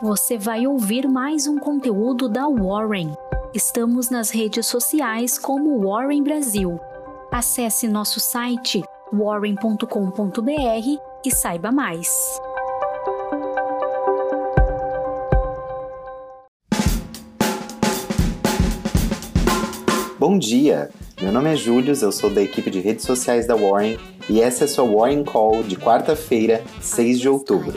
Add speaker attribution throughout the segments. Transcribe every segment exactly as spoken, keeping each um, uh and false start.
Speaker 1: você vai ouvir mais um conteúdo da Warren. Estamos nas redes sociais como Warren Brasil. Acesse nosso site warren ponto com ponto b r e saiba mais.
Speaker 2: Bom dia! Meu nome é Júlio, eu sou da equipe de redes sociais da Warren e essa é a sua Warren Call de quarta-feira, seis de outubro.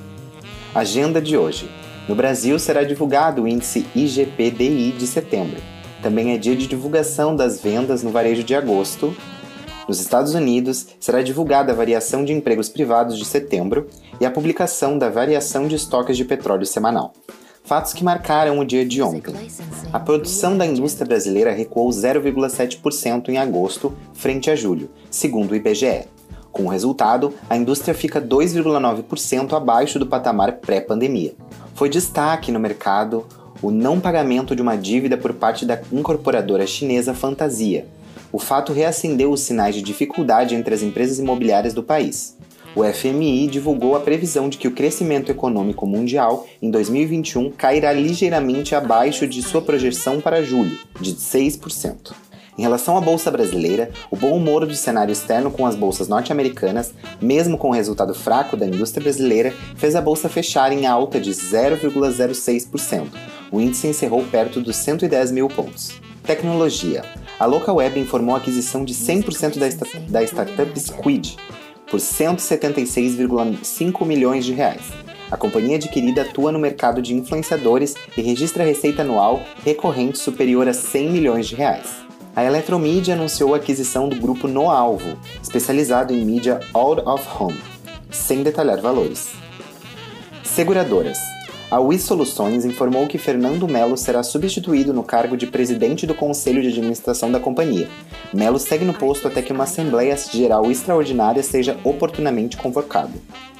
Speaker 2: Agenda de hoje. No Brasil será divulgado o índice I G P D I de setembro. Também é dia de divulgação das vendas no varejo de agosto. Nos Estados Unidos será divulgada a variação de empregos privados de setembro e a publicação da variação de estoques de petróleo semanal. Fatos que marcaram o dia de ontem. A produção da indústria brasileira recuou zero vírgula sete por cento em agosto frente a julho, segundo o I B G E. Com o resultado, a indústria fica dois vírgula nove por cento abaixo do patamar pré-pandemia. Foi destaque no mercado o não pagamento de uma dívida por parte da incorporadora chinesa Fantasia. O fato reacendeu os sinais de dificuldade entre as empresas imobiliárias do país. O F M I divulgou a previsão de que o crescimento econômico mundial em dois mil e vinte e um cairá ligeiramente abaixo de sua projeção para julho, de seis por cento. Em relação à Bolsa Brasileira, o bom humor do cenário externo com as bolsas norte-americanas, mesmo com o resultado fraco da indústria brasileira, fez a bolsa fechar em alta de zero vírgula zero seis por cento. O índice encerrou perto dos cento e dez mil pontos. Tecnologia. A Localweb informou a aquisição de cem por cento da, esta- da startup Squid, por cento e setenta e seis vírgula cinco milhões de reais. A companhia adquirida atua no mercado de influenciadores e registra receita anual recorrente superior a cem milhões de reais. A Eletromidia anunciou a aquisição do grupo No Alvo, especializado em mídia out of home, sem detalhar valores. Seguradoras. A Wi Soluções informou que Fernando Melo será substituído no cargo de presidente do Conselho de Administração da companhia. Melo segue no posto até que uma Assembleia Geral Extraordinária seja oportunamente convocada.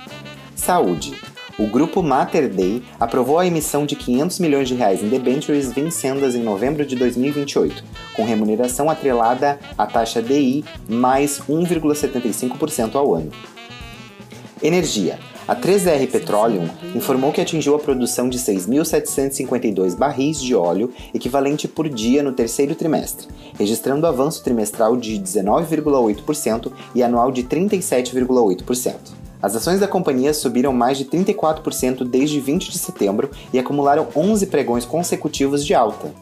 Speaker 2: Saúde. O grupo Mater Dei aprovou a emissão de quinhentos milhões de reais em debêntures vencendas em novembro de dois mil e vinte e oito, com remuneração atrelada à taxa D I mais um vírgula setenta e cinco por cento ao ano. Energia. A três R Petroleum informou que atingiu a produção de seis mil setecentos e cinquenta e dois barris de óleo equivalente por dia no terceiro trimestre, registrando avanço trimestral de dezenove vírgula oito por cento e anual de trinta e sete vírgula oito por cento. As ações da companhia subiram mais de trinta e quatro por cento desde vinte de setembro e acumularam onze pregões consecutivos de alta.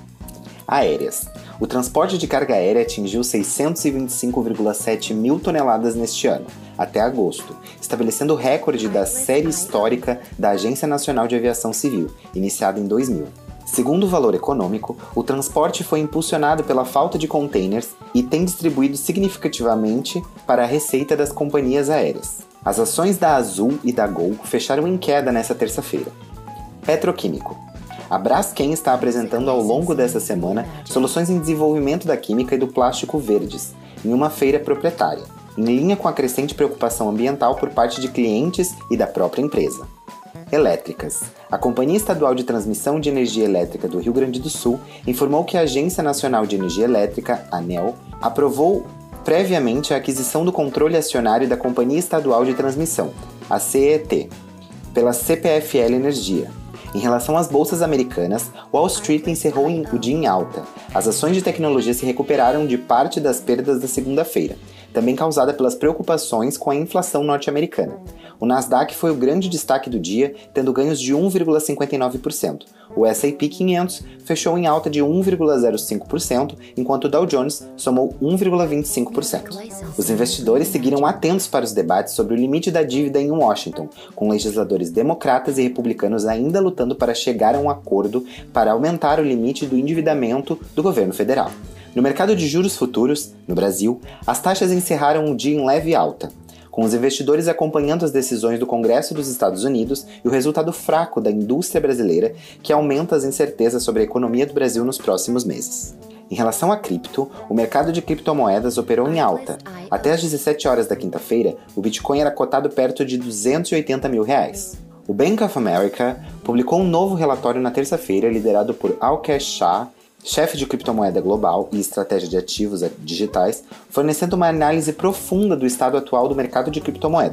Speaker 2: Aéreas. O transporte de carga aérea atingiu seiscentos e vinte e cinco vírgula sete mil toneladas neste ano, até agosto, estabelecendo o recorde da série histórica da Agência Nacional de Aviação Civil, iniciada em dois mil. Segundo o Valor Econômico, o transporte foi impulsionado pela falta de containers e tem distribuído significativamente para a receita das companhias aéreas. As ações da Azul e da Gol fecharam em queda nesta terça-feira. Petroquímico. A Braskem está apresentando ao longo desta semana soluções em desenvolvimento da química e do plástico verdes, em uma feira proprietária, em linha com a crescente preocupação ambiental por parte de clientes e da própria empresa. Elétricas. A Companhia Estadual de Transmissão de Energia Elétrica do Rio Grande do Sul informou que a Agência Nacional de Energia Elétrica, ANEEL, aprovou previamente a aquisição do controle acionário da Companhia Estadual de Transmissão, a C E T, pela C P F L Energia. Em relação às bolsas americanas, Wall Street encerrou o dia em alta. As ações de tecnologia se recuperaram de parte das perdas da segunda-feira, também causada pelas preocupações com a inflação norte-americana. O Nasdaq foi o grande destaque do dia, tendo ganhos de um vírgula cinquenta e nove por cento. O S e P quinhentos fechou em alta de um vírgula zero cinco por cento, enquanto o Dow Jones somou um vírgula vinte e cinco por cento. Os investidores seguiram atentos para os debates sobre o limite da dívida em Washington, com legisladores democratas e republicanos ainda lutando para chegar a um acordo para aumentar o limite do endividamento do governo federal. No mercado de juros futuros, no Brasil, as taxas encerraram o dia em leve alta, com os investidores acompanhando as decisões do Congresso dos Estados Unidos e o resultado fraco da indústria brasileira, que aumenta as incertezas sobre a economia do Brasil nos próximos meses. Em relação a cripto, o mercado de criptomoedas operou em alta. Até às dezessete horas da quinta-feira, o Bitcoin era cotado perto de duzentos e oitenta mil reais. O Bank of America publicou um novo relatório na terça-feira, liderado por Alkesh Shah, chefe de criptomoeda global e estratégia de ativos digitais, fornecendo uma análise profunda do estado atual do mercado de criptomoedas,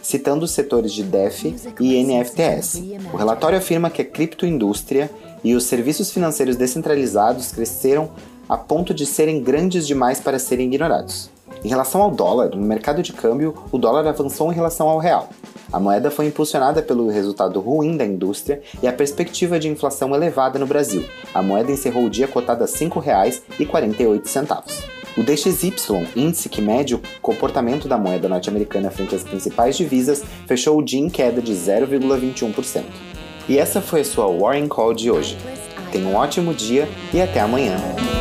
Speaker 2: citando os setores de D E F e N F T S. O relatório afirma que a criptoindústria e os serviços financeiros descentralizados cresceram a ponto de serem grandes demais para serem ignorados. Em relação ao dólar, no mercado de câmbio, o dólar avançou em relação ao real. A moeda foi impulsionada pelo resultado ruim da indústria e a perspectiva de inflação elevada no Brasil. A moeda encerrou o dia cotada a cinco reais e quarenta e oito centavos. O D X Y, índice que mede o comportamento da moeda norte-americana frente às principais divisas, fechou o dia em queda de zero vírgula vinte e um por cento. E essa foi a sua Warren Call de hoje. Tenha um ótimo dia e até amanhã!